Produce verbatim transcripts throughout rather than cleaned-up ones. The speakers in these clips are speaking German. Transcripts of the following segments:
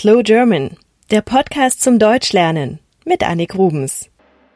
Slow German, der Podcast zum Deutschlernen mit Annik Rubens.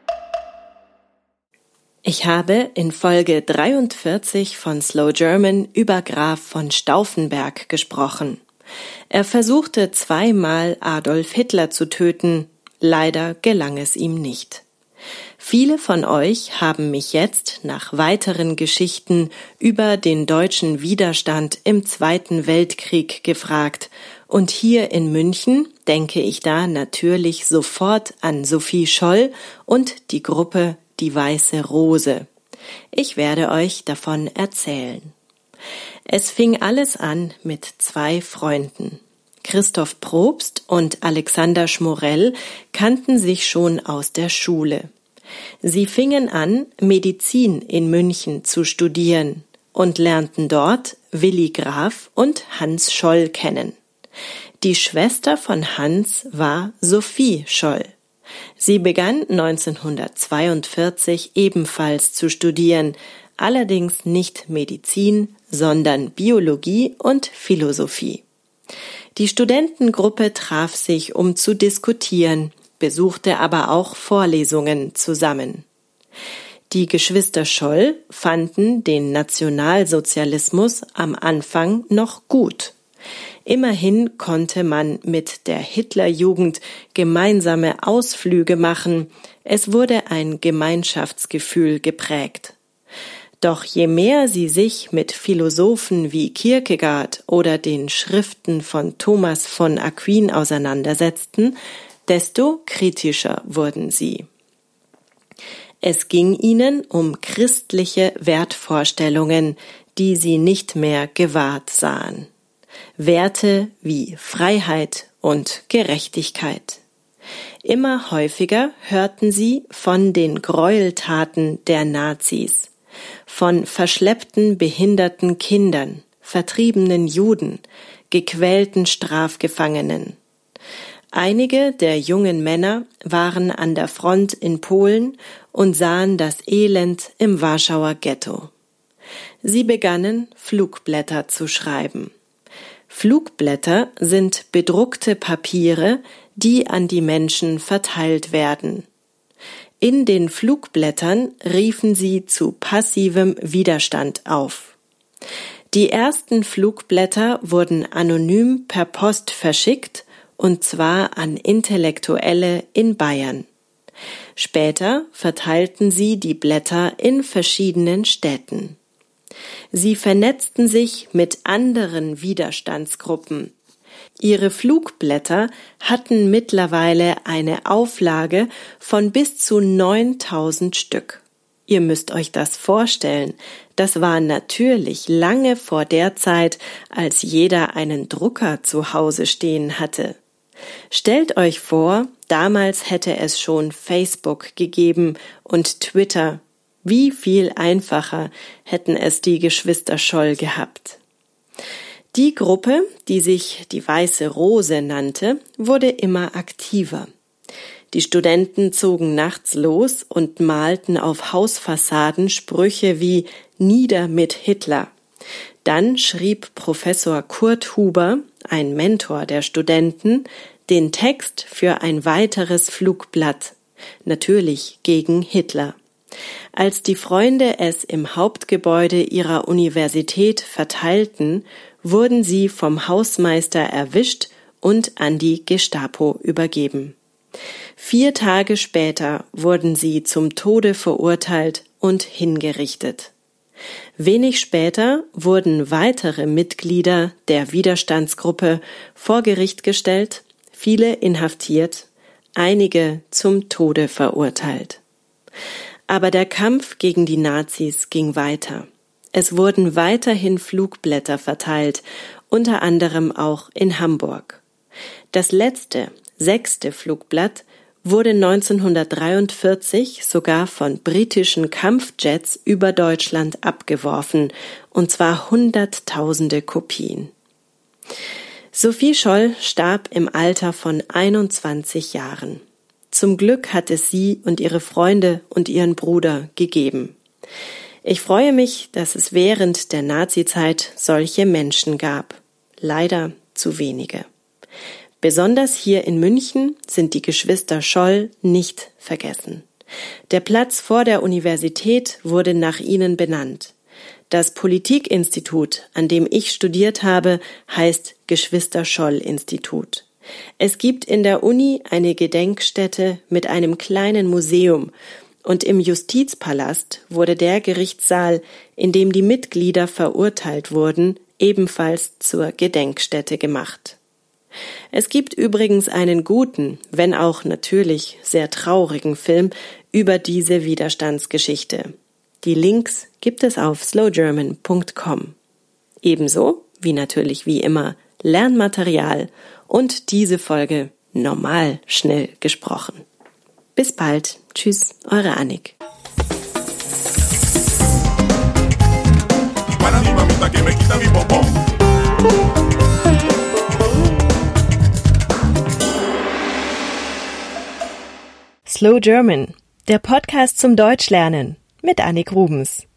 Ich habe in Folge dreiundvierzig von Slow German über Graf von Stauffenberg gesprochen. Er versuchte zweimal Adolf Hitler zu töten, leider gelang es ihm nicht. Viele von euch haben mich jetzt nach weiteren Geschichten über den deutschen Widerstand im Zweiten Weltkrieg gefragt, und hier in München denke ich da natürlich sofort an Sophie Scholl und die Gruppe Die Weiße Rose. Ich werde euch davon erzählen. Es fing alles an mit zwei Freunden. Christoph Probst und Alexander Schmorell kannten sich schon aus der Schule. Sie fingen an, Medizin in München zu studieren und lernten dort Willi Graf und Hans Scholl kennen. Die Schwester von Hans war Sophie Scholl. Sie begann neunzehnhundertzweiundvierzig ebenfalls zu studieren, allerdings nicht Medizin, sondern Biologie und Philosophie. Die Studentengruppe traf sich, um zu diskutieren, besuchte aber auch Vorlesungen zusammen. Die Geschwister Scholl fanden den Nationalsozialismus am Anfang noch gut. Immerhin konnte man mit der Hitlerjugend gemeinsame Ausflüge machen, es wurde ein Gemeinschaftsgefühl geprägt. Doch je mehr sie sich mit Philosophen wie Kierkegaard oder den Schriften von Thomas von Aquin auseinandersetzten, desto kritischer wurden sie. Es ging ihnen um christliche Wertvorstellungen, die sie nicht mehr gewahrt sahen. Werte wie Freiheit und Gerechtigkeit. Immer häufiger hörten sie von den Gräueltaten der Nazis, von verschleppten, behinderten Kindern, vertriebenen Juden, gequälten Strafgefangenen. Einige der jungen Männer waren an der Front in Polen und sahen das Elend im Warschauer Ghetto. Sie begannen, Flugblätter zu schreiben. Flugblätter sind bedruckte Papiere, die an die Menschen verteilt werden. In den Flugblättern riefen sie zu passivem Widerstand auf. Die ersten Flugblätter wurden anonym per Post verschickt, und zwar an Intellektuelle in Bayern. Später verteilten sie die Blätter in verschiedenen Städten. Sie vernetzten sich mit anderen Widerstandsgruppen. Ihre Flugblätter hatten mittlerweile eine Auflage von bis zu neuntausend Stück. Ihr müsst euch das vorstellen, das war natürlich lange vor der Zeit, als jeder einen Drucker zu Hause stehen hatte. Stellt euch vor, damals hätte es schon Facebook gegeben und Twitter. Wie viel einfacher hätten es die Geschwister Scholl gehabt. Die Gruppe, die sich die Weiße Rose nannte, wurde immer aktiver. Die Studenten zogen nachts los und malten auf Hausfassaden Sprüche wie »Nieder mit Hitler«. Dann schrieb Professor Kurt Huber, ein Mentor der Studenten, den Text für ein weiteres Flugblatt, natürlich gegen Hitler. Als die Freunde es im Hauptgebäude ihrer Universität verteilten, wurden sie vom Hausmeister erwischt und an die Gestapo übergeben. Vier Tage später wurden sie zum Tode verurteilt und hingerichtet. Wenig später wurden weitere Mitglieder der Widerstandsgruppe vor Gericht gestellt, viele inhaftiert, einige zum Tode verurteilt. Aber der Kampf gegen die Nazis ging weiter. Es wurden weiterhin Flugblätter verteilt, unter anderem auch in Hamburg. Das letzte, sechste Flugblatt wurde neunzehnhundertdreiundvierzig sogar von britischen Kampfjets über Deutschland abgeworfen, und zwar hunderttausende Kopien. Sophie Scholl starb im Alter von einundzwanzig Jahren. Zum Glück hat es sie und ihre Freunde und ihren Bruder gegeben. Ich freue mich, dass es während der Nazizeit solche Menschen gab. Leider zu wenige. Besonders hier in München sind die Geschwister Scholl nicht vergessen. Der Platz vor der Universität wurde nach ihnen benannt. Das Politikinstitut, an dem ich studiert habe, heißt Geschwister-Scholl-Institut. Es gibt in der Uni eine Gedenkstätte mit einem kleinen Museum und im Justizpalast wurde der Gerichtssaal, in dem die Mitglieder verurteilt wurden, ebenfalls zur Gedenkstätte gemacht. Es gibt übrigens einen guten, wenn auch natürlich sehr traurigen Film über diese Widerstandsgeschichte. Die Links gibt es auf slow german punkt com. Ebenso wie natürlich wie immer Lernmaterial und diese Folge normal schnell gesprochen. Bis bald. Tschüss, eure Annik. Slow German, der Podcast zum Deutschlernen mit Annik Rubens.